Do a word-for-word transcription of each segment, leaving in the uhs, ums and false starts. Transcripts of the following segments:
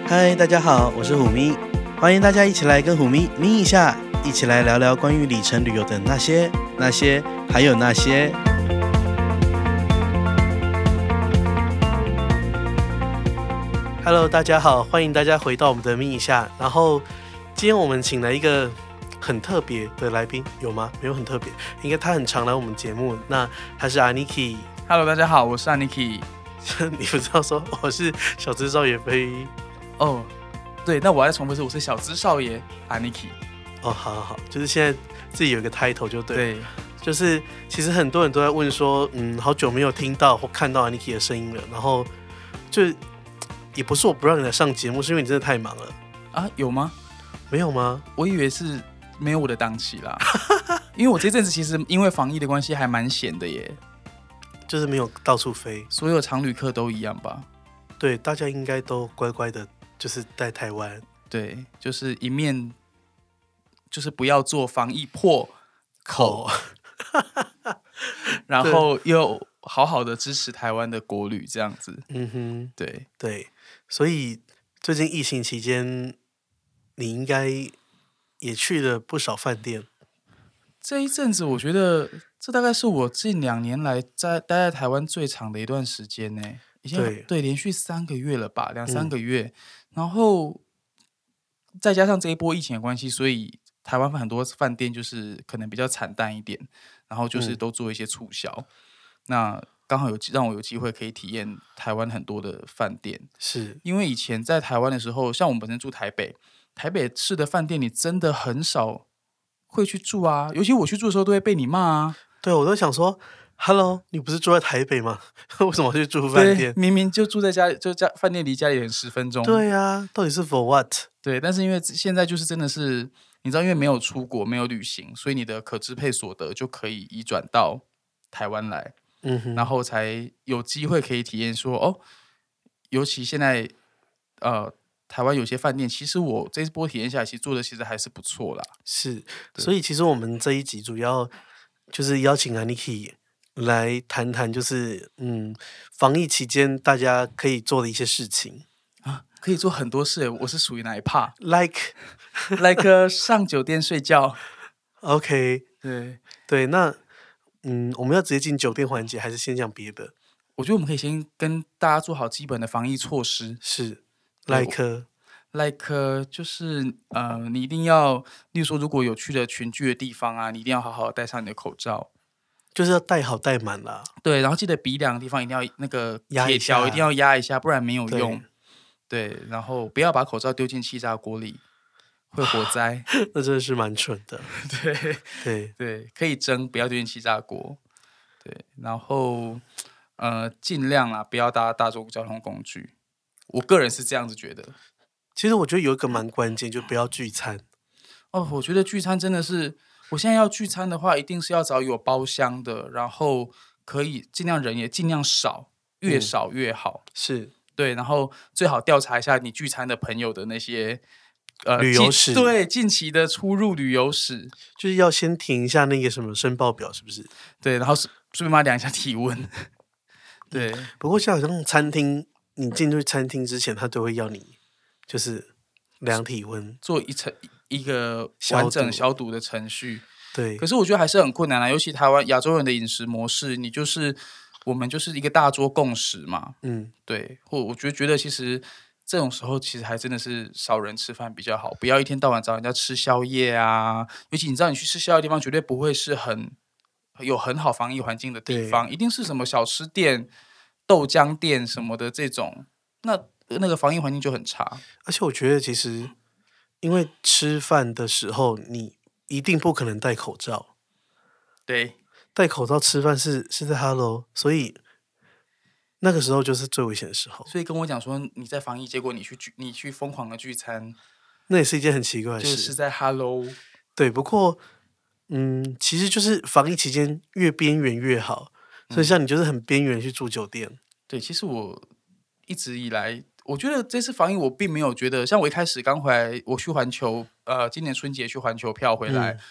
嗨，大家好，我是虎咪，欢迎大家一起来跟虎咪咪一下，一起来聊聊关于里程旅游的那些、那些，还有那些。Hello， 大家好，欢迎大家回到我们的咪一下。然后今天我们请来一个很特别的来宾，有吗？没有很特别，应该他很常来我们节目。那他是 Aniki。Hello， 大家好，我是 Aniki。 你不知道说我是小资少爷飞哦，对，那我再重复一次，我是小资少爷 Aniki。 哦，好好好，就是现在自己有一个 title 就对了。 对， 就是其实很多人都在问说，嗯，好久没有听到或看到 Aniki 的声音了，然后就也不是我不让你来上节目，是因为你真的太忙了啊？有吗？ 没有吗？ 我以为是没有我的档期啦，因为我这阵子其实因为防疫的关系还蛮闲的耶， 就是没有到处飞， 所有常旅客都一样吧？ 对，大家应该都乖乖的，就是在台湾， 对，就是一面就是不要做防疫破口，然后又好好的支持台湾的国旅这样子。 嗯哼， 对对，所以最近疫情期间，你应该也去了不少饭店。 这一阵子，我觉得这大概是我近两年来在待在台湾最长的一段时间呢，已经 对, 对连续三个月了吧，两三个月、嗯，然后再加上这一波疫情的关系，所以台湾很多饭店就是可能比较惨淡一点，然后就是都做一些促销。嗯、那刚好有让我有机会可以体验台湾很多的饭店， 是因为以前在台湾的时候，像我们本身住台北，台北市的饭店你真的很少会去住啊，尤其我去住的时候都会被你骂啊。 对，我都想说 ，Hello， 你不是住在台北吗？为什么去住饭店？ 明明就住在家里，就家饭店离家里很十分钟。 对啊，到底是 for what？ 对，但是因为现在就是真的是，你知道，因为没有出国，没有旅行，所以你的可支配所得就可以移转到台湾来，嗯哼，然后才有机会可以体验说，哦，尤其现在，呃。台湾有些饭店，其实我这一波体验下来，其实做的其实还是不错啦。 是，所以其实我们这一集主要就是邀请 Aniki 来谈谈，就是嗯，防疫期间大家可以做的一些事情啊，可以做很多事。我是属于哪一趴 ？Like like 上酒店睡觉。 OK， 对对，那嗯，我们要直接进酒店环节，还是先讲别的？ 我觉得我们可以先跟大家做好基本的防疫措施。 是。like like 就是呃，你一定要，例如说，如果有去了群聚的地方啊，你一定要好好戴上你的口罩， 就是要戴好戴满啦。 对，然后记得鼻梁的地方一定要那个铁条一定要压一下，不然没有用。对，对，然后不要把口罩丢进气炸锅里，会火灾。 那真的是蛮蠢的。 对对对，可以蒸，不要丢进气炸锅。对，然后呃，尽量啊，不要搭大众交通工具。我个人是这样子觉得。 其实我觉得有一个蛮关键，就不要聚餐。 哦，我觉得聚餐真的是，我现在要聚餐的话，一定是要找有包厢的，然后可以尽量人也尽量少，越少越好。 嗯、是对，然后最好调查一下你聚餐的朋友的那些呃旅游史， 对，近期的出入旅游史， 就是要先填一下那个什么申报表，是不是？ 对，然后顺便帮他量一下体温。对、 嗯，不过像好像餐厅。你进去餐厅之前，他都会要你就是量体温， 做一层一个完整消毒的程序。 对， 可是我觉得还是很困难啦，尤其台湾亚洲人的饮食模式，你就是我们就是一个大桌共食嘛，嗯，对。或我觉得觉得其实这种时候，其实还真的是少人吃饭比较好，不要一天到晚找人家吃宵夜啊。尤其你知道，你去吃宵夜的地方，绝对不会是很有很好防疫环境的地方，一定是什么小吃店。豆浆店什么的这种，那那个防疫环境就很差。 而且我觉得，其实因为吃饭的时候，你一定不可能戴口罩。 对， 戴口罩吃饭是是在 Hello， 所以那个时候就是最危险的时候。 所以跟我讲说你在防疫，结果你去你去疯狂的聚餐， 那也是一件很奇怪的事。 就是在 Hello。 对，不过嗯，其实就是防疫期间越边缘越好。所以像你就是很边缘去住酒店、嗯。 对，其实我一直以来，我觉得这次防疫我并没有觉得，像我一开始刚回来，我去环球，呃，今年春节去环球票回来，嗯、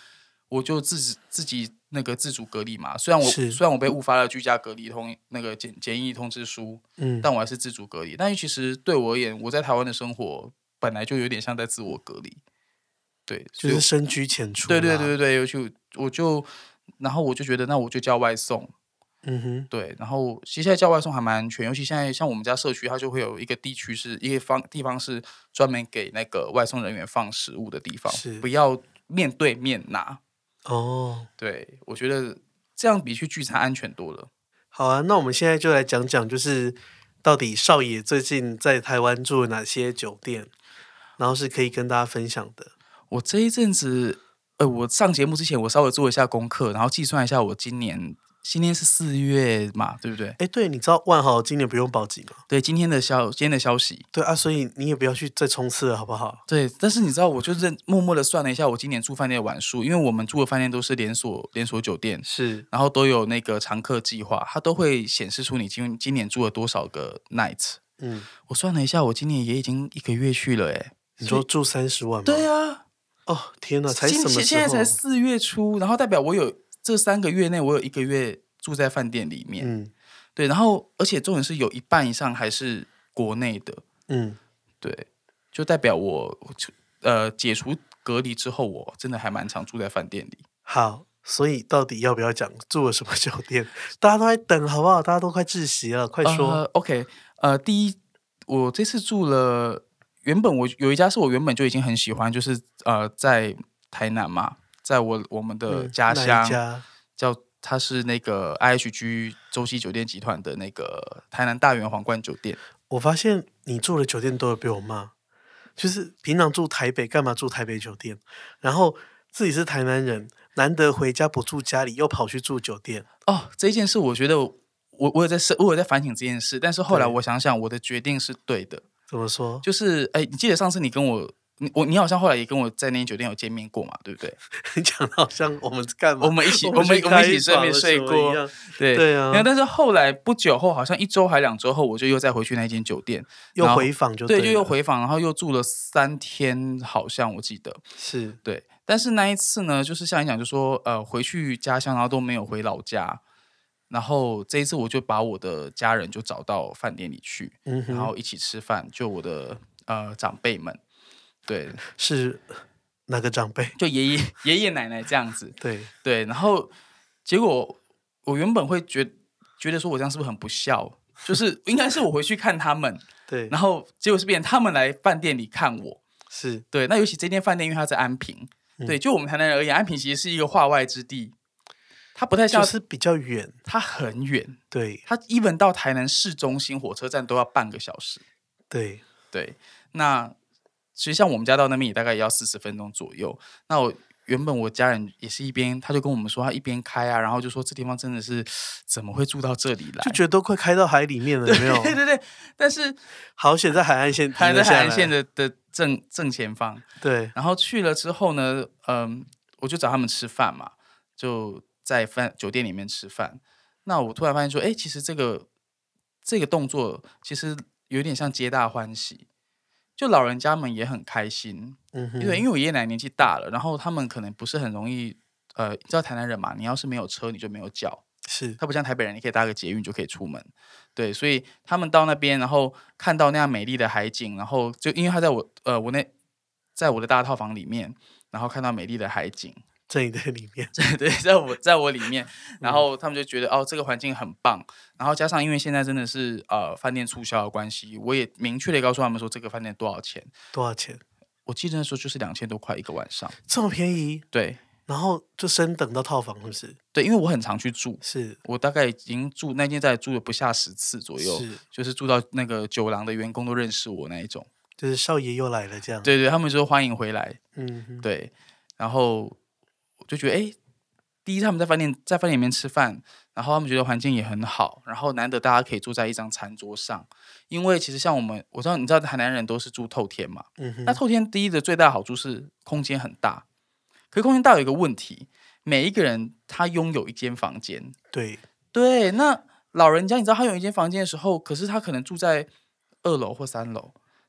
我就自己自己那个自主隔离嘛。虽然我虽然我被误发了居家隔离通那个检检疫通知书，嗯，但我还是自主隔离。但其实对我而言，我在台湾的生活本来就有点像在自我隔离，对， 就是深居简出。 对对对对对，尤其我就然后我就觉得，那我就叫外送。嗯哼，对，然后其实现在叫外送还蛮安全，尤其现在像我们家社区，它就会有一个地区是一个方地方是专门给那个外送人员放食物的地方，不要面对面拿。哦，对，我觉得这样比去聚餐安全多了。 好啊，那我们现在就来讲讲，就是到底少爷最近在台湾住了哪些酒店，然后是可以跟大家分享的。 我这一阵子，呃，我上节目之前，我稍微做一下功课，然后计算一下我今年。今天是四月嘛，对不对？ 哎，对，你知道万豪今年不用保级吗？ 对，今天的消今天的消息。 对啊，所以你也不要去再冲刺了，好不好？ 对，但是你知道，我就是默默的算了一下我今年住饭店的晚数，因为我们住的饭店都是连锁连锁酒店， 是， 然后都有那个常客计划，它都会显示出你今今年住了多少个 night。嗯，我算了一下，我今年也已经一个月去了，哎， 你说住三十万吗？ 对啊， 哦天哪，才什么时候？ 现在才四月初，然后代表我有这三个月内，我有一个月。住在饭店里面，嗯，对，然后而且重点是有一半以上还是国内的，嗯，对，就代表我呃解除隔离之后，我真的还蛮常住在饭店里。 好，所以到底要不要讲住了什么酒店？大家都在等，好不好？大家都快窒息了，快说。 呃、OK， 呃，第一，我这次住了，原本我有一家是我原本就已经很喜欢，就是呃在台南嘛，在我我们的家乡， 嗯、 叫。它是那个 I H G 洲际酒店集团的那个台南大园皇冠酒店。 我发现你住的酒店都有被我骂，就是平常住台北干嘛住台北酒店，然后自己是台南人，难得回家不住家里，又跑去住酒店。 哦，这件事我觉得我我有在我有在反省这件事，但是后来我想想，我的决定是对的。 怎么说？ 就是哎，你记得上次你跟我。你我你好像后来也跟我在那间酒店有见面过嘛，对不对？ 你讲好像我们干嘛？ 我们一起，我们我们一起睡没睡过？对对啊。 但是后来不久后，好像一周还两周后，我就又再回去那间酒店， 又回访就对，就又回访，然后又住了三天，好像我记得是对。但是那一次呢，就是像你讲，就说呃回去家乡，然后都没有回老家，然后这一次我就把我的家人就找到饭店里去，嗯、然后一起吃饭，就我的呃长辈们。对， 是哪个长辈？ 就爷爷、爷爷奶奶这样子。 对对，然后结果我原本会觉觉得说，我这样是不是很不孝？就是应该是我回去看他们， 对， 然后结果是变成他们来饭店里看我。 是对，那尤其这间饭店，因为它在安平，嗯、对，就我们台南人而言，安平其实是一个化外之地，它不太像， 就是比较远， 它很远。 对， 它 even 到台南市中心火车站都要半个小时。 对对，那。其实像我们家到那边也大概也要四十分钟左右。那我原本我家人也是一边，他就跟我们说他一边开啊，然后就说这地方真的是怎么会住到这里来？ 就觉得都快开到海里面了，有没有？ 对对对。但是好险在海岸线， 还在海岸线的的正正前方。 对。 然后去了之后呢，嗯，我就找他们吃饭嘛，就在饭酒店里面吃饭。那我突然发现说，哎，其实这个这个动作其实有点像皆大欢喜。就老人家们也很开心，嗯，因为因为我爷爷奶奶年纪大了，然后他们可能不是很容易，呃，你知道台南人嘛，你要是没有车，你就没有脚， 是， 他不像台北人，你可以搭个捷运就可以出门，对，所以他们到那边，然后看到那样美丽的海景，然后就因为他在我呃我那在我的大套房里面，然后看到美丽的海景。 在你的里面， 对对，在我在我里面，然后他们就觉得、嗯、哦，这个环境很棒。然后加上因为现在真的是呃饭店促销的关系，我也明确的告诉他们说这个饭店多少钱？ 多少钱？ 我记得那时候就是两千多块一个晚上， 这么便宜？ 对。 然后就升等到套房，是不是？ 对，因为我很常去住， 是我大概已经住那间在住了不下十次左右， 是就是住到那个酒廊的员工都认识我那一种， 就是少爷又来了这样。 对对，他们说欢迎回来， 嗯哼， 对，然后。我就觉得，哎，第一，他们在饭店在饭店里面吃饭，然后他们觉得环境也很好，然后难得大家可以坐在一张餐桌上，因为其实像我们，我知道你知道台南人都是住透天嘛，嗯哼，那透天第一的最大好处是空间很大，可是空间大有一个问题，每一个人他拥有一间房间， 对对，那老人家你知道他有一间房间的时候，可是他可能住在二楼或三楼。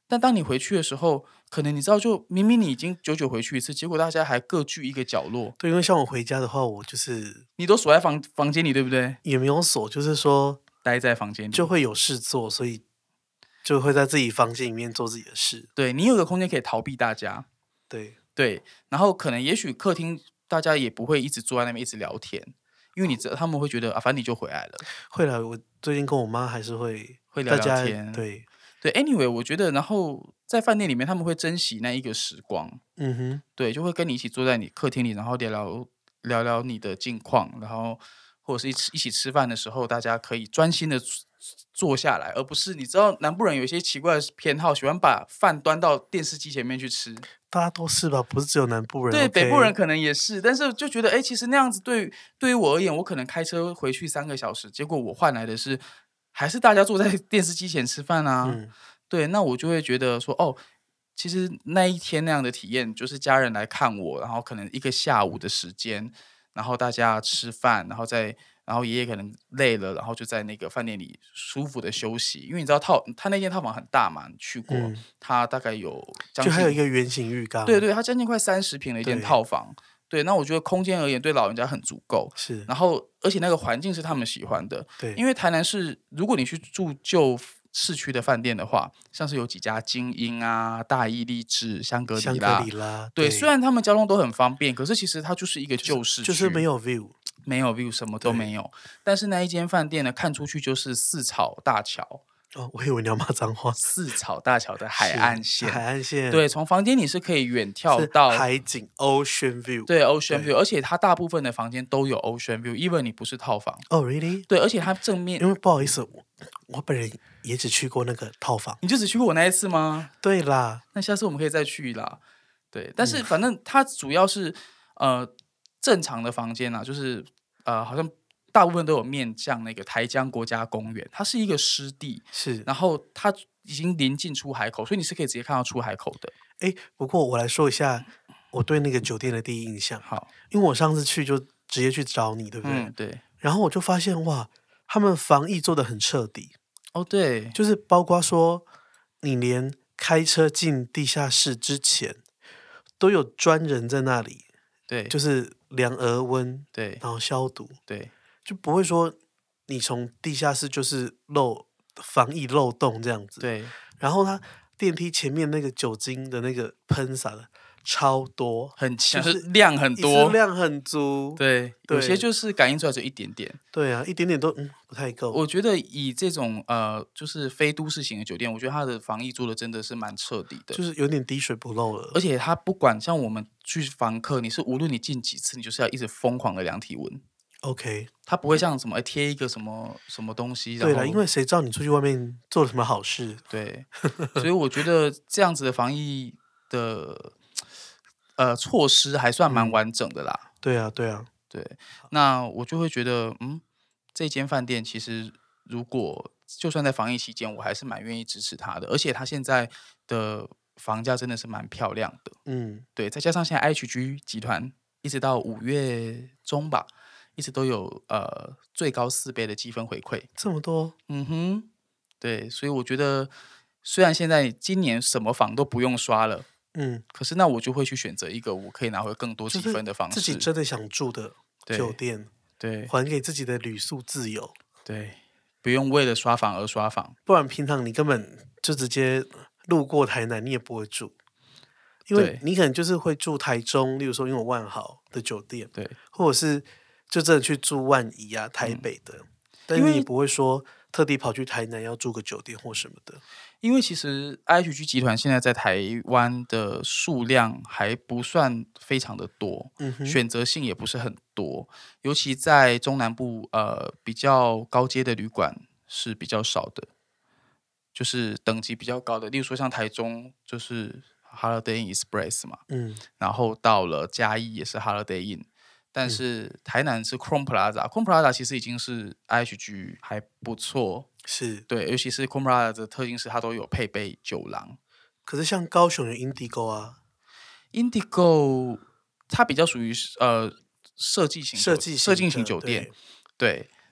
但当你回去的时候，可能你知道，就明明你已经久久回去一次，结果大家还各据一个角落。 对，因为像我回家的话，我就是你都锁在房房间里，对不对？ 也没有锁，就是说待在房间里就会有事做，所以就会在自己房间里面做自己的事。 对，你有个空间可以逃避大家。 对对，然后可能也许客厅大家也不会一直坐在那边一直聊天，因为你知道他们会觉得啊，反正你就回来了。 会了，我最近跟我妈还是会会聊聊天。 对对 ，anyway， 我觉得然后在饭店里面他们会珍惜那一个时光。 嗯哼， 对，就会跟你一起坐在你客厅里，然后聊聊聊聊你的近况，然后或者是一起一起吃饭的时候，大家可以专心的坐下来，而不是你知道南部人有一些奇怪的偏好，喜欢把饭端到电视机前面去吃。 大家都是吧，不是只有南部人。 对， OK？ 北部人可能也是，但是就觉得哎，其实那样子对对于我而言，我可能开车回去三个小时，结果我换来的是还是大家坐在电视机前吃饭啊。嗯、对，那我就会觉得说哦。其实那一天那样的体验，就是家人来看我，然后可能一个下午的时间，然后大家吃饭，然后再，然后爷爷可能累了，然后就在那个饭店里舒服的休息。因为你知道套他那间套房很大嘛，你去过，嗯、他大概有将近就还有一个圆形浴缸， 对对，他将近快三十平的一间套房。对，那我觉得空间而言，对老人家很足够。 是， 然后而且那个环境是他们喜欢的。 对， 因为台南市，如果你去住旧市区的饭店的话，像是有几家精英啊、大义励志、香格里拉， 香格里拉， 对，虽然他们交通都很方便，可是其实它就是一个旧市区， 就是、就是没有 view， 没有 view， 什么都没有。但是那一间饭店呢，看出去就是四草大桥。 哦，我以为你要骂脏话。 四草大桥的海岸线， 海岸线， 对，从房间你是可以远眺到海景 Ocean View， 对 Ocean View， 而且它大部分的房间都有 Ocean View，even 你不是套房。 哦、oh, really？ 对，而且它正面， 因为不好意思，我, 我本人也只去过那个套房。 你就只去过我那一次吗？ 对啦， 那下次我们可以再去啦。对，但是反正它主要是、嗯、呃正常的房间啊，就是呃好像。大部分都有面向那个台江国家公园，它是一个湿地， 是， 然后它已经临近出海口，所以你是可以直接看到出海口的。 哎，不过我来说一下我对那个酒店的第一印象。 好， 因为我上次去就直接去找你，对不对？ 嗯，对。 然后我就发现哇，他们防疫做得很彻底。 哦，对， 就是包括说，你连开车进地下室之前，都有专人在那里， 对， 就是量额温， 对， 然后消毒， 对。 就不会说你从地下室就是漏防疫漏洞这样子。 对， 然后它电梯前面那个酒精的那个喷洒的超多， 很强， 就是量很多， 量很足。 对，有些就是感应出来只有一点点。 对啊，一点点都嗯不太够。 我觉得以这种呃就是非都市型的酒店，我觉得它的防疫做的真的是蛮彻底的， 就是有点滴水不漏了。 而且它不管像我们去房客，你是无论你进几次，你就是要一直疯狂的量体温。 OK， 他不会像什么贴一个什么什么东西， 对了，因为谁知道你出去外面做了什么好事？ 对，所以我觉得这样子的防疫的呃措施还算蛮完整的啦。 嗯、对啊，对啊， 对。那我就会觉得，嗯，这间饭店其实如果就算在防疫期间，我还是蛮愿意支持它的，而且它现在的房价真的是蛮漂亮的。嗯，对，再加上现在 I H G 集团一直到五月中吧。一直都有呃最高四倍的积分回馈， 这么多， 嗯哼，对，所以我觉得虽然现在今年什么房都不用刷了，嗯，可是那我就会去选择一个我可以拿回更多积分的方式， 自己真的想住的酒店， 对， 对，还给自己的旅宿自由， 对，不用为了刷房而刷房， 不然平常你根本就直接路过台南，你也不会住。因为你可能就是会住台中，例如说因为有万豪的酒店， 对， 或者是就真的去住万怡啊、台北的，嗯、但你也不会说特地跑去台南要住个酒店或什么的。 因为其实 I H G 集团现在在台湾的数量还不算非常的多，嗯、选择性也不是很多，尤其在中南部，呃，比较高阶的旅馆是比较少的，就是等级比较高的，例如说像台中就是 Holiday Inn Express 嘛，嗯，然后到了嘉义也是 Holiday Inn。但是台南是 Crowne Plaza，Crowne Plaza 其实已经是 I H G 还不错， 是对，尤其是 Crowne Plaza 的特性是它都有配备酒廊。 可是像高雄有 Indigo 啊 ，Indigo 它比较属于呃设计型设计设计型酒店，对。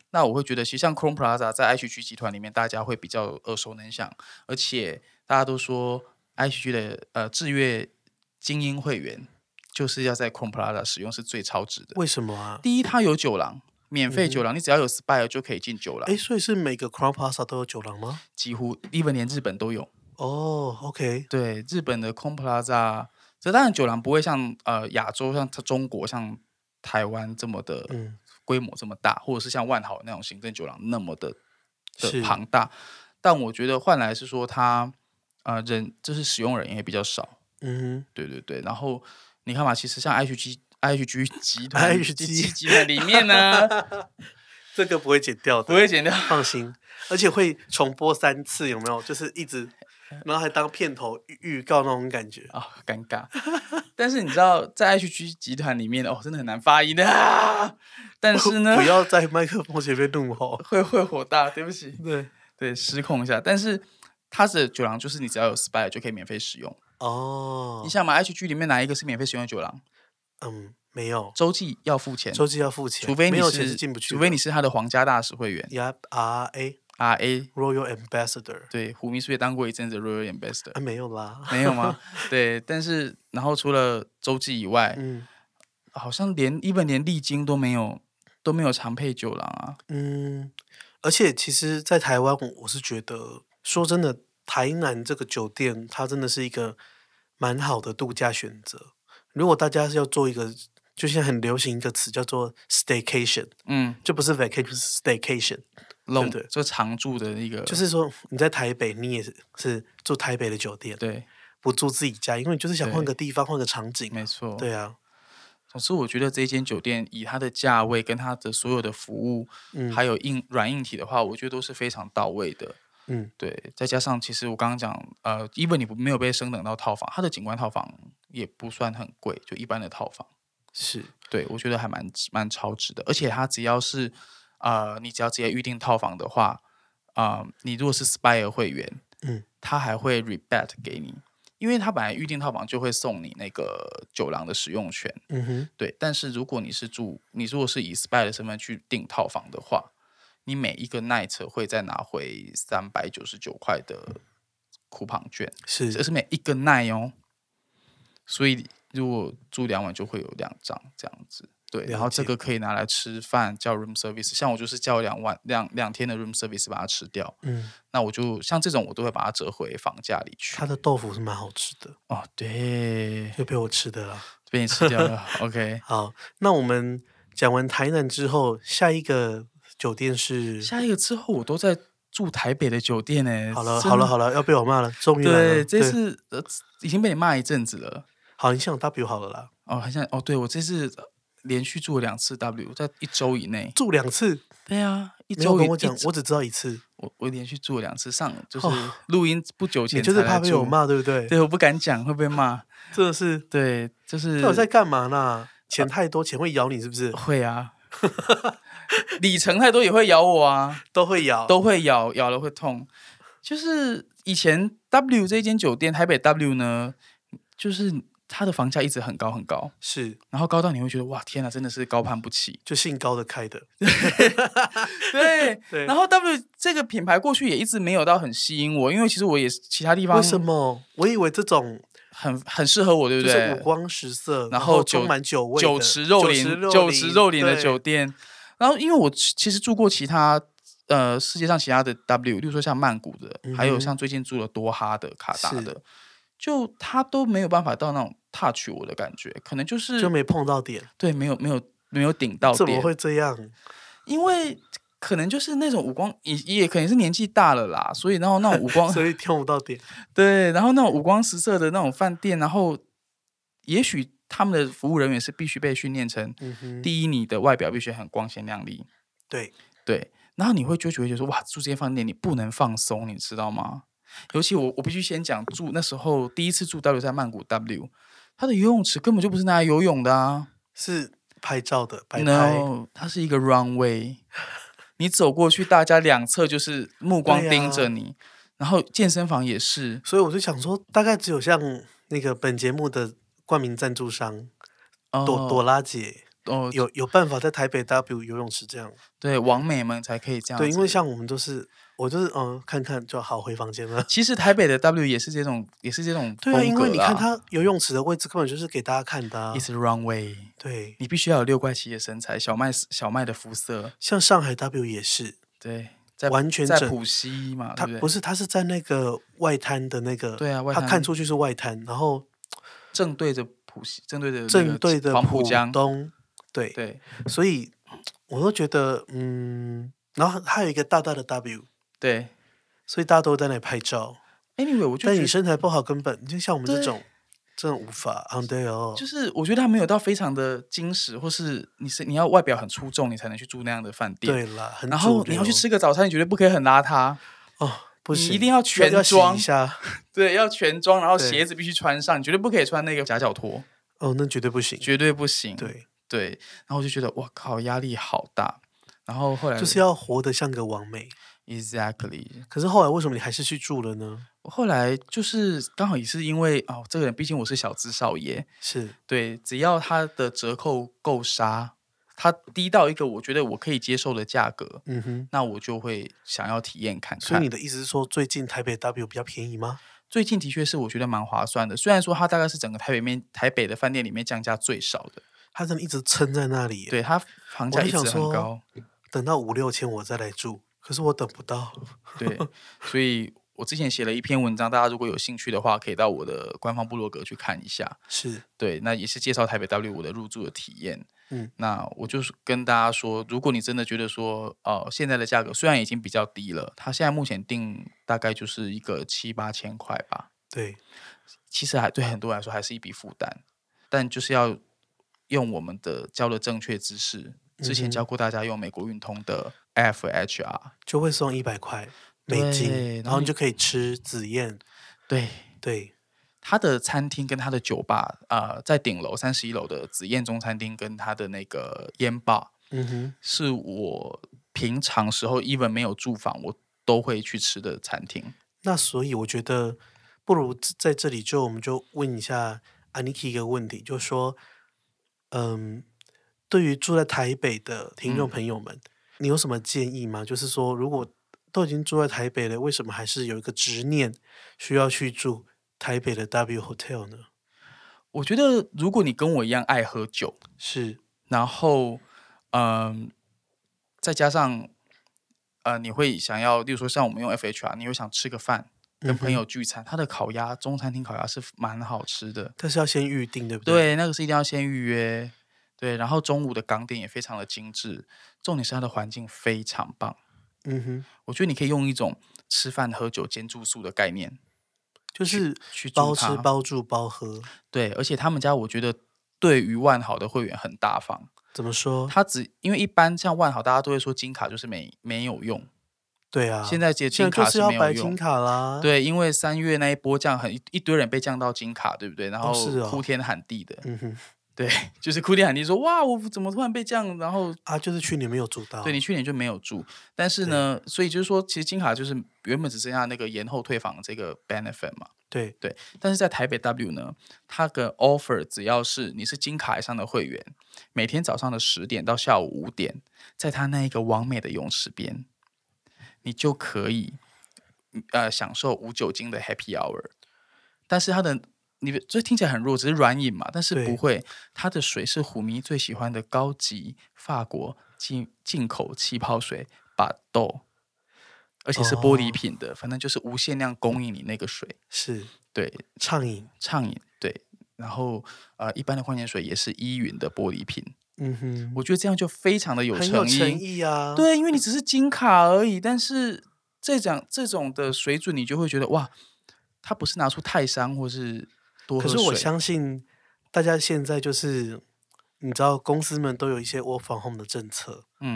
那我会觉得，其实像 Crowne Plaza 在 I H G 集团里面，大家会比较耳熟能详，而且大家都说 I H G 的呃智悦精英会员就是要在 Crowne Plaza 使用是最超值的。 为什么啊？ 第一，它有酒廊，免费酒廊，嗯、你只要有 Spire 就可以进酒廊。 哎，所以是每个 Crowne Plaza 都有酒廊吗？ 几乎 ，even 连日本都有。 哦、oh, ，OK， 对，日本的 Crowne Plaza， 这当然酒廊不会像呃亚洲像中国像台湾这么的规模这么大，或者是像万豪那种行政酒廊那么的的庞大，但我觉得换来是说它呃人就是使用人也比较少。嗯哼，对对对，然后你看嘛，其实像 I H G I H G 集团 I H G 集团里面呢， 这个不会剪掉的， 不会剪掉， 放心，而且会重播三次，有没有？就是一直。然后还当片头预告那种感觉啊、哦，尴尬。但是你知道，在 I H G 集团里面哦，真的很难发音的、啊。但是呢， 不要在麦克风前面怒吼， 会会火大，对不起。 对对，失控一下。但是它的酒廊就是你只要有 Spire 就可以免费使用哦。你想嘛 ，I H G 里面哪一个是免费使用的酒廊？ 嗯，没有。 洲际要付钱， 洲际要付钱， 除非你是进不去， 除非你是他的皇家大使会员。 Yep, R A。 R A Royal Ambassador， 对，虎迷是不是也当过一阵子 Royal Ambassador？ 啊，没有啦， 没有吗？对，但是然后除了洲际以外，嗯，好像连 even 连丽晶都没有都没有常配酒廊啊。 嗯，而且其实，在台湾，我是觉得说真的，台南这个酒店它真的是一个蛮好的度假选择。如果大家是要做一个，就现在很流行一个词叫做 staycation， 嗯，就不是 vacation， 就是 staycation。 对对，就常住的一个， 就是说你在台北，你也是是住台北的酒店， 对， 不住自己家，因为你就是想换个地方，换个场景， 没错， 对啊。 总之，我觉得这一间酒店以它的价位跟它的所有的服务，嗯，还有硬软硬体的话，我觉得都是非常到位的，嗯，对。再加上，其实我刚刚讲，呃 ，even 你没有被升等到套房，它的景观套房也不算很贵，就一般的套房， 是对我觉得还蛮蛮超值的，而且它只要是。呃，你只要直接预定套房的话，啊、呃，你如果是 Spire 会员，嗯，他还会 rebate 给你，因为他本来预定套房就会送你那个酒廊的使用权，嗯哼，对。但是如果你是住，你如果是以 Spire 的身份去订套房的话，你每一个 night 会再拿回三百九十九块的coupon券， 是， 这是每一个 night 哦。所以如果住两晚就会有两张这样子。对，然后这个可以拿来吃饭，叫 room service。像我就是叫两晚两两天的 room service 把它吃掉。嗯，那我就像这种我都会把它折回房价里去。 它的豆腐是蛮好吃的哦，对， 就被我吃的了， 被你吃掉了。OK， 好，那我们讲完台南之后，下一个酒店是下一个之后我都在住台北的酒店呢。 好了好了好了，要被我骂了，终于来了。对，这次呃已经被你骂一阵子了。 好，你想 W 好了啦。 哦，好像哦，对我这次。连续住了两次 W， 在一周以内住两次。 对啊，一周跟我讲，我只知道一次。 我我连续住了两次，上就是录音不久前才来住。你就是怕被我骂，对不对？ 对，我不敢讲会被骂， 真的是。 对，就是那我在干嘛呢？钱太多，钱会咬你是不是？ 会啊，里程太多也会咬我啊， 都会咬， 都会咬，咬了会痛。就是以前 W 这间酒店，台北 W 呢，就是。它的房价一直很高很高， 是， 然后高到你会觉得哇天哪，真的是高攀不起， 就姓高的开的， 对对。然后 W 这个品牌过去也一直没有到很吸引我，因为其实我也其他地方为什么？我以为这种很很适合我，对不对？ 就是五光十色， 然后充满酒味， 酒池肉林、酒池肉林的酒店。然后因为我其实住过其他呃世界上其他的 W， 例如说像曼谷的，嗯、还有像最近住了多哈的、卡达的。就他都没有办法到那种 touch 我的感觉，可能就是就没碰到点， 对，没有没有没有顶到点， 怎么会这样？ 因为可能就是那种五光，也也可能是年纪大了啦，所以然后那种五光， 所以听不到点， 对，然后那种五光十色的那种饭店，然后也许他们的服务人员是必须被训练成，嗯、第一，你的外表必须很光鲜亮丽， 对对，然后你会就觉得说哇，住这间饭店你不能放松，你知道吗？尤其我我必须先讲住那时候第一次住 W 在曼谷 W， 它的游泳池根本就不是拿来游泳的啊， 是拍照的摆拍。 No， 它是一个 runway， 你走过去，大家两侧就是目光盯着你，啊、然后健身房也是， 所以我就想说，大概只有像那个本节目的冠名赞助商、哦、朵朵拉姐哦， 有有办法在台北 W 游泳池这样。 对，网美们才可以这样子。 对，因为像我们都是，我就是嗯，看看就好，回房间了。 其实台北的 W 也是这种，也是这种风格啦。 对啊，因为你看它游泳池的位置根本就是给大家看的、啊。 It's runway。 对， 你必须要有六块七的身材，小麦小麦的肤色。 像上海 W 也是。 对。在完全在浦西嘛， 它不是，它是在那个外滩的那个， 对啊，外滩它看出去是外滩，然后正对着浦西，正对着正对着黄浦江东，对对， 所以我都觉得，嗯，然后还有一个大大的 W， 对， 所以大家都在那里拍照。 Anyway， 我就但你身材不好，根本就像我们这种。真的无法 on day 哦， 就是我觉得他没有到非常的精实，或是你是你要外表很出众，你才能去住那样的饭店。 对啦，很然后你要去吃个早餐，你绝对不可以很邋遢哦，不行， 你一定要全装一下， 对，要全装，然后鞋子必须穿上，你绝对不可以穿那个夹脚拖。 哦，那绝对不行， 绝对不行。 对对，然后我就觉得哇靠，压力好大。然后后来就是要活得像个完美。 Exactly。 可是后来为什么你还是去住了呢？ 我后来就是刚好也是因为哦，这个人毕竟我是小资少爷， 是对，只要他的折扣够杀，他低到一个我觉得我可以接受的价格，嗯哼，那我就会想要体验看看。 所以你的意思是说，最近台北 W 比较便宜吗？ 最近的确是我觉得蛮划算的，虽然说它大概是整个台北面台北的饭店里面降价最少的， 它真的一直撑在那里。 对，它房价一直很高， 等到五六千我再来住。可是我等不到， 对，所以我之前写了一篇文章，大家如果有兴趣的话，可以到我的官方部落格去看一下。 是， 对，那也是介绍台北 W 我的入住的体验。嗯，那我就是跟大家说，如果你真的觉得说，呃，现在的价格虽然已经比较低了，它现在目前定大概就是一个七八千块吧。 对， 其实还对很多人来说还是一笔负担，但就是要用我们的教的正确知识。之前教过大家用美国运通的 F H R， 就会送一百块美金，然后你就可以吃紫燕。 对对， 他的餐厅跟他的酒吧，呃，在顶楼三十一楼的紫燕中餐厅跟他的那个烟吧，嗯哼，是我平常时候 even 没有住房我都会去吃的餐厅。 那所以我觉得不如在这里就我们就问一下 Aniki 一个问题，就是说，嗯。对于住在台北的听众朋友们、嗯、你有什么建议吗？就是说如果都已经住在台北了，为什么还是有一个执念需要去住台北的 W Hotel 呢？ 我觉得如果你跟我一样爱喝酒， 是， 然后嗯，再加上呃，你会想要例如说像我们用 F H R， 你会想吃个饭跟朋友聚餐、嗯、他的烤鸭中餐厅烤鸭是蛮好吃的， 但是要先预定对不对？ 对，那个是一定要先预约。对，然后中午的港点也非常的精致，重点是它的环境非常棒。嗯哼，我觉得你可以用一种吃饭喝酒兼住宿的概念， 就是去包吃包住包喝。 对，而且他们家我觉得对于万豪的会员很大方。 怎么说？ 他只因为一般像万豪大家都会说金卡就是没没有用。 对啊， 现在接金卡是没有用， 要白金卡啦。 对，因为三月那一波降很一堆人被降到金卡，对不对？然后哭天喊地的。哦哦、嗯哼。对，就是哭天喊地说哇，我怎么突然被这样？然后啊，就是去年没有住到， 对你去年就没有住，但是呢，所以就是说，其实金卡就是原本只剩下那个延后退房这个 benefit 嘛。 对对，但是在台北 W 呢，它的 offer 只要是你是金卡以上的会员，每天早上的十点到下午五点，在它那一个完美的泳池边，你就可以呃享受无酒精的 happy hour， 但是它的。你这听起来很弱，只是软饮嘛，但是不会，它的水是虎迷最喜欢的高级法国进进口气泡水把豆，而且是玻璃瓶的、哦，反正就是无限量供应你那个水， 是对畅饮畅饮对，然后呃一般的矿泉水也是依云的玻璃瓶，嗯哼，我觉得这样就非常的有诚意， 很有诚意啊， 对，因为你只是金卡而已，但是这种这种的水准，你就会觉得哇，它不是拿出泰山或是。 可是我相信大家现在就是你知道公司们都有一些 work from home 的政策，嗯，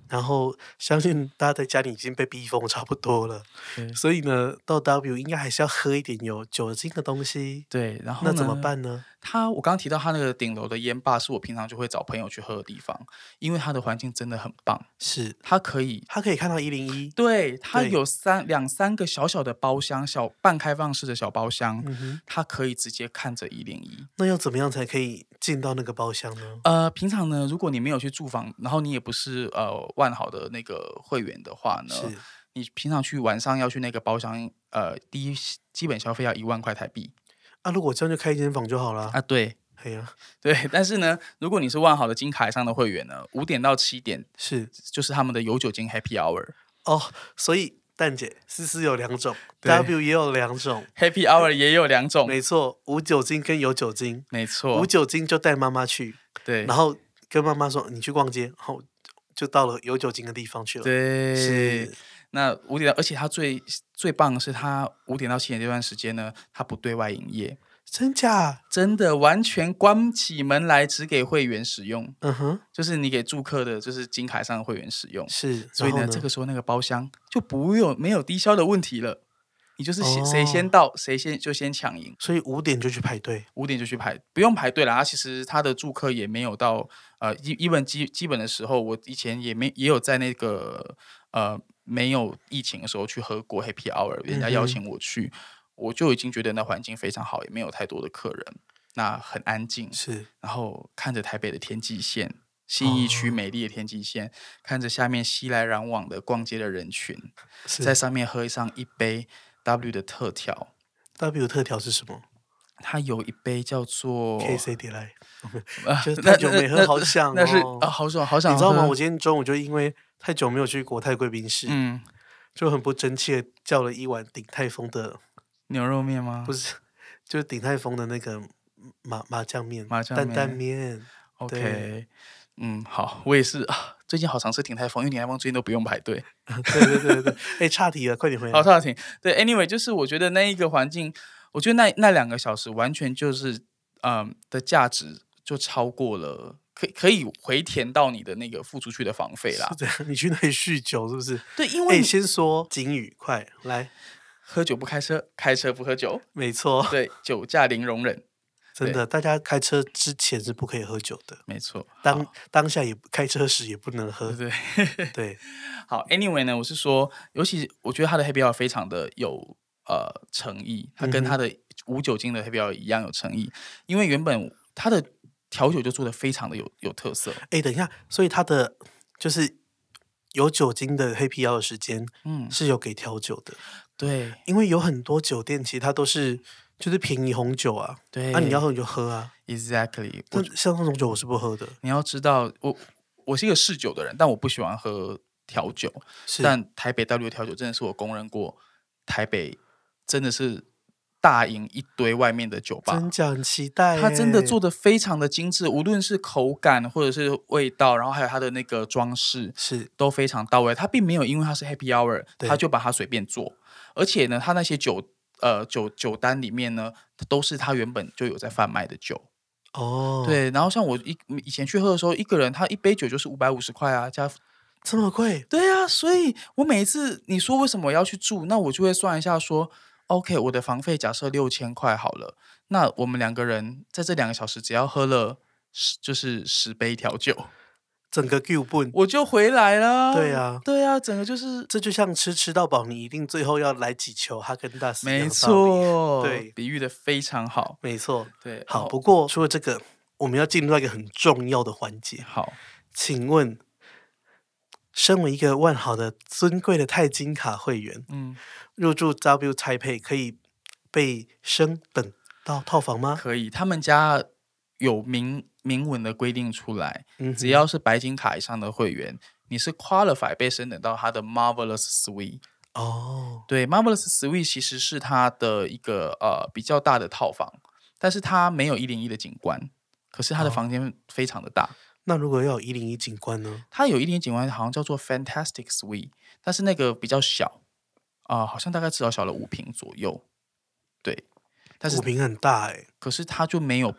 然后相信大家在家里已经被逼疯差不多了，所以呢，到 W 应该还是要喝一点有酒精的东西。 对，然后那怎么办呢？ 他我刚刚提到他那个顶楼的烟吧，是我平常就会找朋友去喝的地方，因为它的环境真的很棒。 是， 它可以， 它可以看到一零一。 对，它有三两三个小小的包厢，小半开放式的小包厢，嗯、它可以直接看着一零一。 那要怎么样才可以进到那个包厢呢？ 呃，平常呢，如果你没有去住房，然后你也不是呃万豪的那个会员的话呢，是你平常去晚上要去那个包厢，呃，第一基本消费要一万块台币。 啊，如果这样就开一间房就好了啊，对， 对呀、啊， 对。但是呢，如果你是万豪的金卡以上的会员呢，五点到七点是就是他们的有酒精 Happy Hour 哦，所以蛋姐思思有两种 ，W 也有两种 ，Happy Hour 也有两种， 没错，无酒精跟有酒精， 没错， 无酒精就带妈妈去， 对， 然后跟妈妈说你去逛街，然后就到了有酒精的地方去了， 对， 是。 那五点，而且它最最棒的是，它五点到七点这段时间呢，它不对外营业， 真假？ 真的完全关起门来，只给会员使用。 嗯哼， 就是你给住客的，就是金卡上的会员使用。 是， 所以呢， 呢这个时候那个包厢就不用没有低消的问题了。你就是谁先到，谁、哦、先就先抢赢。 所以五点就去排队， 五点就去排，不用排队啦。其实他的住客也没有到呃，一一本基基本的时候，我以前也没也有在那个呃没有疫情的时候去喝过 Happy Hour， 人家邀请我去，嗯、我就已经觉得那环境非常好，也没有太多的客人，那很安静， 是， 然后看着台北的天际线。信义区美丽的天际线，哦、看着下面熙来攘往的逛街的人群，在上面喝上一杯 W 的特调。 W 特调是什么？ 它有一杯叫做 K C 迪莱，就是太久没喝，好想、哦、 那是啊，好爽，好想。 你知道吗？我今天中午就因为太久没有去国泰贵宾室，嗯，就很不争气的叫了一碗鼎泰丰的牛肉面吗？ 不是，就是鼎泰丰的那个麻麻酱面、 麻酱担担面。 OK。嗯，好，我也是啊。最近好常吃鼎泰丰，因为鼎泰丰最近都不用排队。 对对对对，哎、欸，岔题了，快点回来。 好，岔题。对 ，anyway， 就是我觉得那一个环境，我觉得那那两个小时完全就是嗯的价值就超过了，可以可以回填到你的那个付出去的房费啦。 是这样，你去那里酗酒是不是？ 对，因为、 欸、先说警语，快来， 喝酒不开车，开车不喝酒。 没错， 对，酒驾零容忍。 真的，大家开车之前是不可以喝酒的， 没错。 当当下也开车时也不能喝， 对对对。 好 ，anyway 呢，我是说，尤其我觉得他的 Happy Hour 非常的有呃诚意，他跟他的无酒精的 Happy Hour 一样有诚意，因为原本他的调酒就做的非常的有有特色。 哎，等一下，所以他的就是有酒精的 Happy Hour 的时间，嗯，是有给调酒的， 对， 因为有很多酒店其实它都是。就是便宜红酒啊， 对， 啊你要喝你就喝啊 ，exactly。 但像那种酒我是不喝的。 你要知道，我我是一个嗜酒的人，但我不喜欢喝调酒。但台北 W 调酒真的是我公认过，台北真的是大赢一堆外面的酒吧。 真假很期待， 它真的做的非常的精致，无论是口感或者是味道，然后还有它的那个装饰， 是都非常到位。它并没有因为它是 Happy Hour， 它就把它随便做，而且呢，它那些酒。呃，酒酒单里面呢，都是他原本就有在贩卖的酒哦。 对，然后像我一以前去喝的时候，一个人他一杯酒就是五百五十块啊，加这么贵？ 对啊，所以我每一次你说为什么我要去住，那我就会算一下说 ，OK， 我的房费假设六千块好了，那我们两个人在这两个小时只要喝了十就是十杯调酒。 整个 Q 本我就回来了。 对啊， 对啊，整个就是这就像吃吃到饱，你一定最后要来几球哈根达斯。 没错， 对， 比喻的非常好。 没错， 对。 好，不过除了这个，我们要进入到一个很重要的环节。 好， 请问，身为一个万豪的尊贵的钛金卡会员，嗯，入住 W Taipei 可以被升等到套房吗？ 可以，他们家有明明文的规定出来，嗯、只要是白金卡以上的会员，你是 qualify 被升等到他的 Marvelous Suite。 哦， 对 ，Marvelous Suite 其实是它的一个呃比较大的套房，但是它没有一零一的景观，可是它的房间非常的大。哦、 那如果要有一零一景观呢？ 它有一零一景观，好像叫做 Fantastic Suite， 但是那个比较小啊、呃，好像大概至少小了五坪左右。对，但是五坪很大哎、欸， 可是它就没有被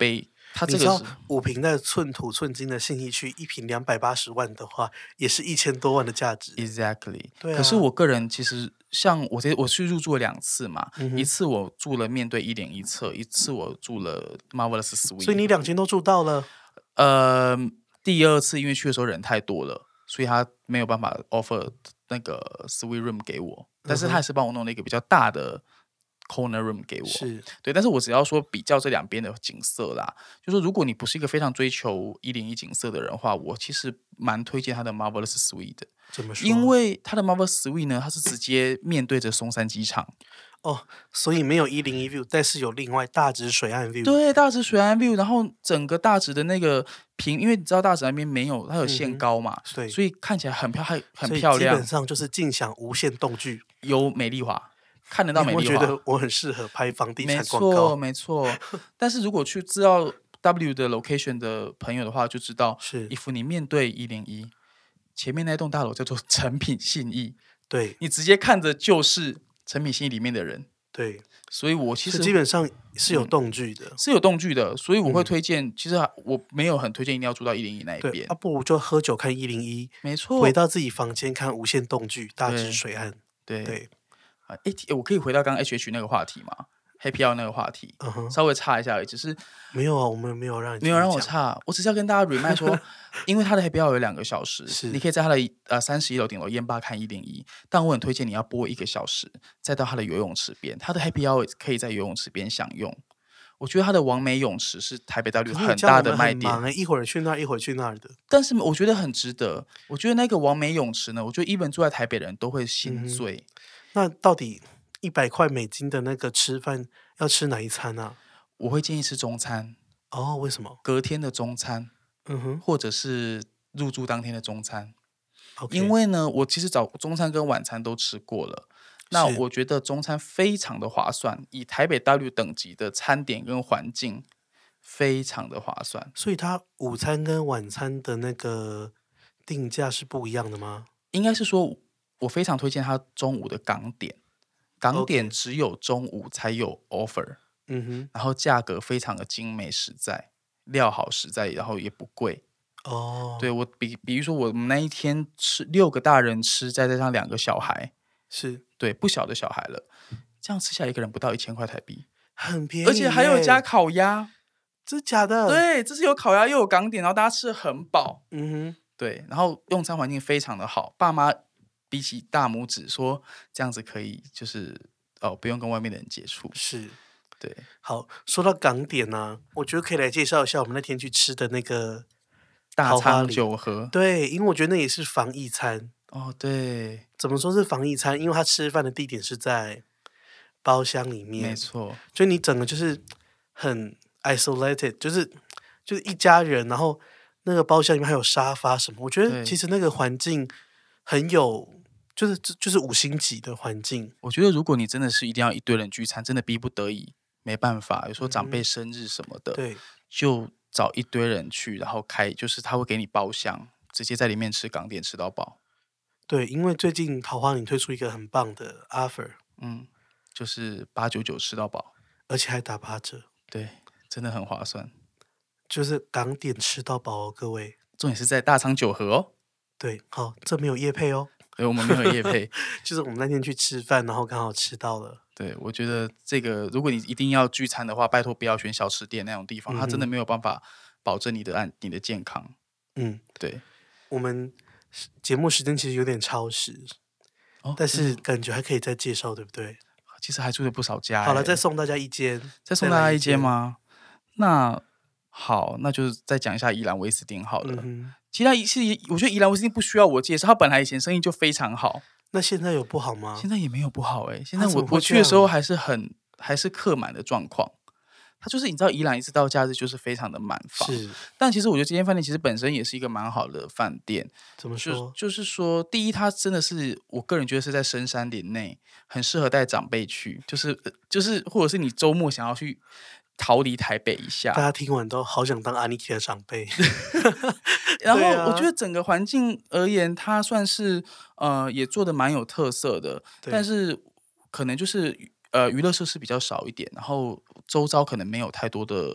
它这个是五坪的寸土寸金的信义区，一坪两百八十万的话，也是一千多万的价值。 Exactly， 对啊。 可是我个人其实像我这我去入住了两次嘛、 嗯， 一次我住了面对一点一侧，一次我住了 Marvelous Suite。 所以你两间都住到了？ 呃，第二次因为去的时候人太多了，所以他没有办法 offer 那个 Suite Room 给我，但是他还是帮我弄了一个比较大的 corner room 给我。 是， 对，但是我只要说比较这两边的景色啦，就说如果你不是一个非常追求一零一景色的人的话，我其实蛮推荐他的 Marvelous Suite 的。 怎么说？ 因为他的 Marvelous Suite 呢，它是直接面对着松山机场。 哦，所以没有一零一 view， 但是有另外大直水岸 view。 对，大直水岸 view， 然后整个大直的那个平，因为你知道大直那边没有，它有限高嘛， 对、 嗯，所以看起来很漂很很漂亮。 基本上就是尽享无限动距。 有美丽华，看得到美丽华。 我觉得我很适合拍房地产广告。 没错，没错。但是如果去知道 W 的 location 的朋友的话，就知道是 ，if 你面对一零一，前面那栋大楼叫做诚品信义， 对， 你直接看着就是诚品信义里面的人。 对， 所以我其实基本上是有动距的、嗯， 是有动距的，所以我会推荐。嗯、其实我没有很推荐一定要住到一零一那一边， 啊，不如就喝酒看一零一， 没错， 回到自己房间看无限动距大直水岸。 对对， 啊，哎，我可以回到刚刚 H H 那个话题吗？Happy Hour 那个话题，嗯、稍微插一下而已，只是没有啊，我们没有让你没有让我插，我只是要跟大家 remind 说，因为他的 Happy Hour 有两个小时，你可以在他的呃三十一楼顶楼烟吧看一零一，但我很推荐你要播一个小时，再到他的游泳池边，他的 Happy Hour 可以在游泳池边享用。我觉得他的完美泳池是台北 W 很大的卖点， 欸、一会儿去那儿，一会儿去那儿的。 但是我觉得很值得。我觉得那个完美泳池呢，我觉得 even 住在台北的人都会心醉。 嗯、那到底一百块美金的那个吃饭要吃哪一餐啊？ 我会建议吃中餐。 哦，为什么？ 隔天的中餐， 嗯哼， 或者是入住当天的中餐。 Okay. 因为呢，我其实早中餐跟晚餐都吃过了，那我觉得中餐非常的划算，以台北 W 等级的餐点跟环境，非常的划算。 所以它午餐跟晚餐的那个定价是不一样的吗？ 应该是说，我非常推荐它中午的港点，港点只有中午才有 offer。 嗯哼， 然后价格非常的精美实在，料好实在，然后也不贵。 哦， 对，我比比如说我们那一天吃六个大人吃，再加上两个小孩， 是对不小的小孩了，这样吃下来一个人不到一千块台币， 很便宜， 而且还有加烤鸭， 真假的？ 对，这是有烤鸭又有港点，然后大家吃得很饱。 嗯哼， 对，然后用餐环境非常的好，爸妈比起大拇指说这样子可以，就是哦不用跟外面的人接触。 是。 对， 好，说到港点呢、啊，我觉得可以来介绍一下我们那天去吃的那个大仓酒盒。 对，因为我觉得那也是防疫餐。 哦，对， 怎么说是防疫餐？因为他吃饭的地点是在包厢里面， 没错， 就你整个就是很 isolated， 就是就是一家人，然后那个包厢里面还有沙发什么，我觉得其实那个环境很有。就是就是五星级的环境。 我觉得如果你真的是一定要一堆人聚餐，真的逼不得已，没办法，有时候长辈生日什么的， 嗯、对， 就找一堆人去，然后开，就是他会给你包厢，直接在里面吃港点吃到饱。 对，因为最近桃花岭推出一个很棒的 offer， 嗯，就是八九九吃到饱， 而且还打八折， 对，真的很划算。 就是港点吃到饱哦，各位。 重点是在大仓九和哦。 对，好，这没有业配哦。 对，我们没有业配， 就是我们那天去吃饭，然后刚好吃到了。 对，我觉得这个，如果你一定要聚餐的话，拜托不要选小吃店那种地方，嗯、它真的没有办法保证你的安你的健康。 嗯， 对。 我们节目时间其实有点超时，哦、但是感觉还可以再介绍，对不对？ 其实还住了不少家。 好了，再送大家一间， 再送大家一间吗？那好，那就是再讲一下宜兰威斯汀好了。嗯、其他其实我觉得宜兰威斯汀不需要我介绍，他本来以前生意就非常好。 那现在有不好吗？ 现在也没有不好哎、欸，现在我我去的时候还是很还是客满的状况。他就是你知道宜兰一次到假日就是非常的满房， 是。 但其实我觉得这间饭店其实本身也是一个蛮好的饭店。 怎么说？ 就, 就是说，第一，它真的是我个人觉得是在深山林内，很适合带长辈去，就是就是或者是你周末想要去逃离台北一下。 大家听完都好想当阿尼基的长辈。 然后我觉得整个环境而言，它算是呃也做的蛮有特色的，但是可能就是。呃，娱乐设施比较少一点，然后周遭可能没有太多的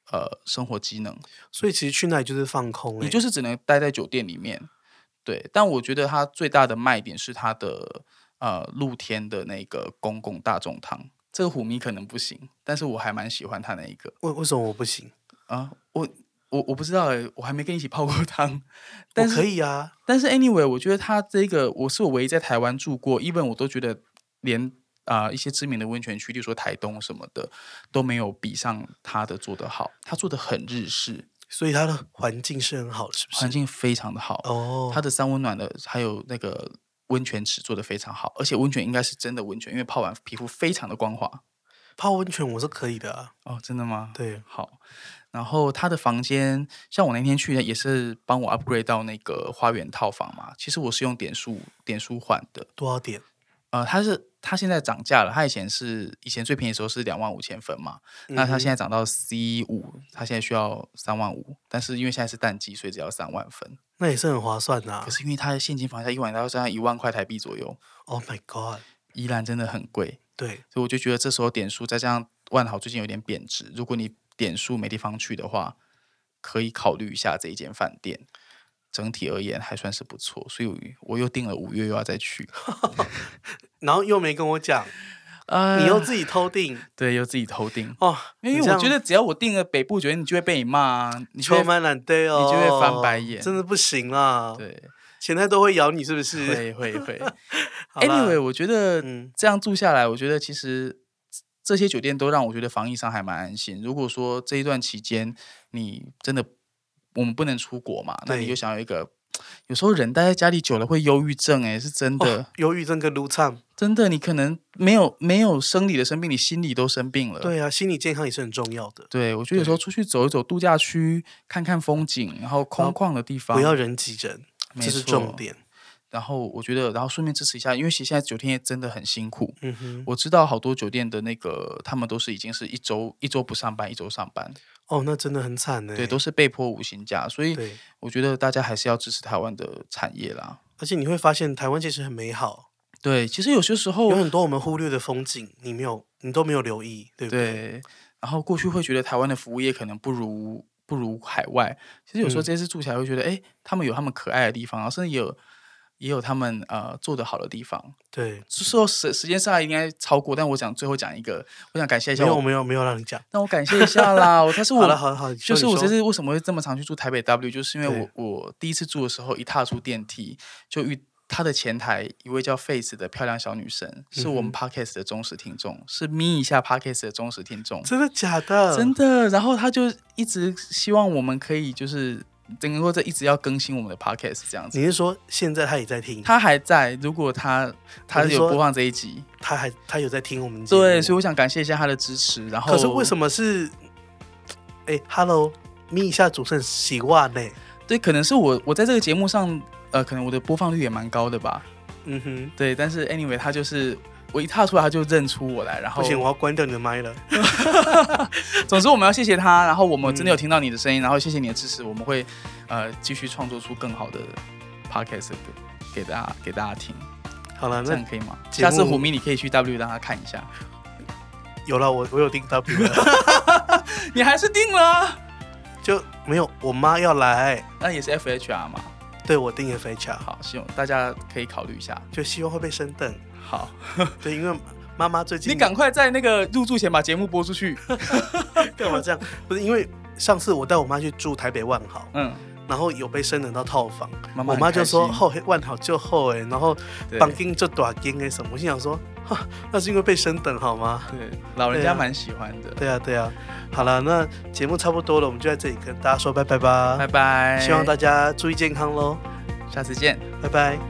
呃生活机能。 所以其实去那里就是放空、欸， 你就是只能待在酒店里面。对，但我觉得它最大的卖点是它的呃露天的那个公共大众汤。这个虎迷可能不行，但是我还蛮喜欢它那一个。 为为什么我不行啊？我我我不知道哎、欸，我还没跟你一起泡过汤。但是我可以啊， 但是 anyway， 我觉得它这个我是我唯一在台湾住过 ，even 我都觉得连啊、呃、一些知名的温泉区，例如说台东什么的，都没有比上它的做得好。它做得很日式。 所以它的环境是很好，是不是？ 环境非常的好哦，它的三温暖的还有那个温泉池做得非常好，而且温泉应该是真的温泉，因为泡完皮肤非常的光滑。 泡温泉我是可以的啊。 哦，真的吗？ 对， 好。然后他的房间，像我那天去也是帮我 upgrade 到那个花园套房嘛，其实我是用点数点数换的。 多少点？ 呃，它是它现在涨价了，它以前是以前最便宜的时候是两万五千分嘛，嗯、那它现在涨到 C 五，它现在需要三万五，但是因为现在是淡季，所以只要三万分， 那也是很划算呐、啊。 可是因为它的现金房价一晚要在一万块台币左右 ，Oh my god， 宜兰真的很贵， 对， 所以我就觉得这时候点数再加上万豪最近有点贬值，如果你点数没地方去的话，可以考虑一下这一间饭店。整体而言还算是不错，所以我又订了五月又要再去， 然后又没跟我讲，呃、你又自己偷订， 对，又自己偷订哦。 因为我觉得只要我订了北部酒店，你就会被你骂啊，你就会懒对哦， 你就会翻白眼， 真的不行啦。 对， 前台都会咬你，是不是？ 会会会。Anyway， 我觉得这样住下来，我觉得其实这些酒店都让我觉得防疫上还蛮安心。如果说这一段期间你真的我们不能出国嘛，那你就想要一个，有时候人待在家里久了会忧郁症、欸，哎，是真的。 忧郁、哦、症跟撸唱， 真的，你可能没有没有生理的生病，你心理都生病了。 对啊，心理健康也是很重要的。 对，我觉得有时候出去走一走度假区，看看风景，然后空旷的地方， 不要人挤人，这是重点。 然后我觉得，然后顺便支持一下，因为其实现在酒店业真的很辛苦。 嗯哼， 我知道好多酒店的那个，他们都是已经是一周一周不上班，一周上班。 哦，那真的很惨呢。 对，都是被迫无薪假，所以我觉得大家还是要支持台湾的产业啦。 而且你会发现，台湾其实很美好。 对，其实有些时候有很多我们忽略的风景，你没有，你都没有留意，对不对？ 对。然后过去会觉得台湾的服务业可能不如不如海外，其实有时候这次住起来会觉得，哎、嗯，他们有他们可爱的地方，然后甚至也有。也有他们呃做得好的地方， 对， 说时时间上来应该超过，但我想最后讲一个，我想感谢一下我，没有没有没有让你讲， 那我感谢一下啦，他是我， 好了好了好， 就是我这次为什么会这么常去住台北 W， 就是因为我我第一次住的时候，一踏出电梯就遇他的前台一位叫 Face 的漂亮小女生，是我们 Podcast 的忠实听众，嗯、是咪一下 Podcast 的忠实听众， 真的假的？ 真的，然后他就一直希望我们可以就是。能够这一直要更新我们的 podcast 这样子。 你是说现在他也在听？ 他还在。如果他他有播放这一集， 他还他有在听我们节目。 对，所以我想感谢一下他的支持。然后， 可是为什么是？哎、欸、，Hello， 咪一下主持人喜欢呢？ 对，可能是我我在这个节目上，呃，可能我的播放率也蛮高的吧。嗯哼，对。但是 anyway， 他就是我一踏出来他就认出我来，然后不行，我要关掉你的麦了。 总之我们要谢谢他，然后我们真的有听到你的声音，嗯、然后谢谢你的支持，我们会呃继续创作出更好的 podcast 给大家给大家听。 好了， 这样可以吗？下次虎咪你可以去 W 让他看一下。 有了，我我有订 W 了。 你还是订了、啊？ 就没有，我妈要来， 那也是 F H R 嘛？ 对，我订 F H R。 好，希望大家可以考虑一下， 就希望会被升等。 好， 对，因为妈妈最近， 你赶快在那个入住前把节目播出去。 干嘛这样？不是因为上次我带我妈去住台北万豪，嗯，然后有被升等到套房，妈妈我妈就说后万豪就后哎，然后房间就大间哎什么，我心想说，那是因为被升等好吗？ 对，老人家蛮喜欢的。 对啊，对啊。好了，那节目差不多了，我们就在这里跟大家说拜拜吧， 拜拜。 希望大家注意健康喽， 下次见， 拜拜。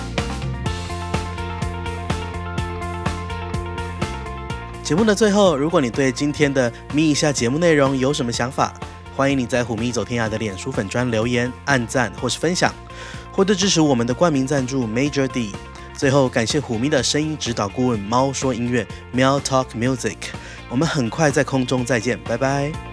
节目的最后，如果你对今天的咪一下节目内容有什么想法，欢迎你在虎咪走天涯的脸书粉专留言、按赞或是分享，或者支持我们的冠名赞助 Major D。最后，感谢虎咪的声音指导顾问猫说音乐 Meow Talk Music。我们很快在空中再见，拜拜。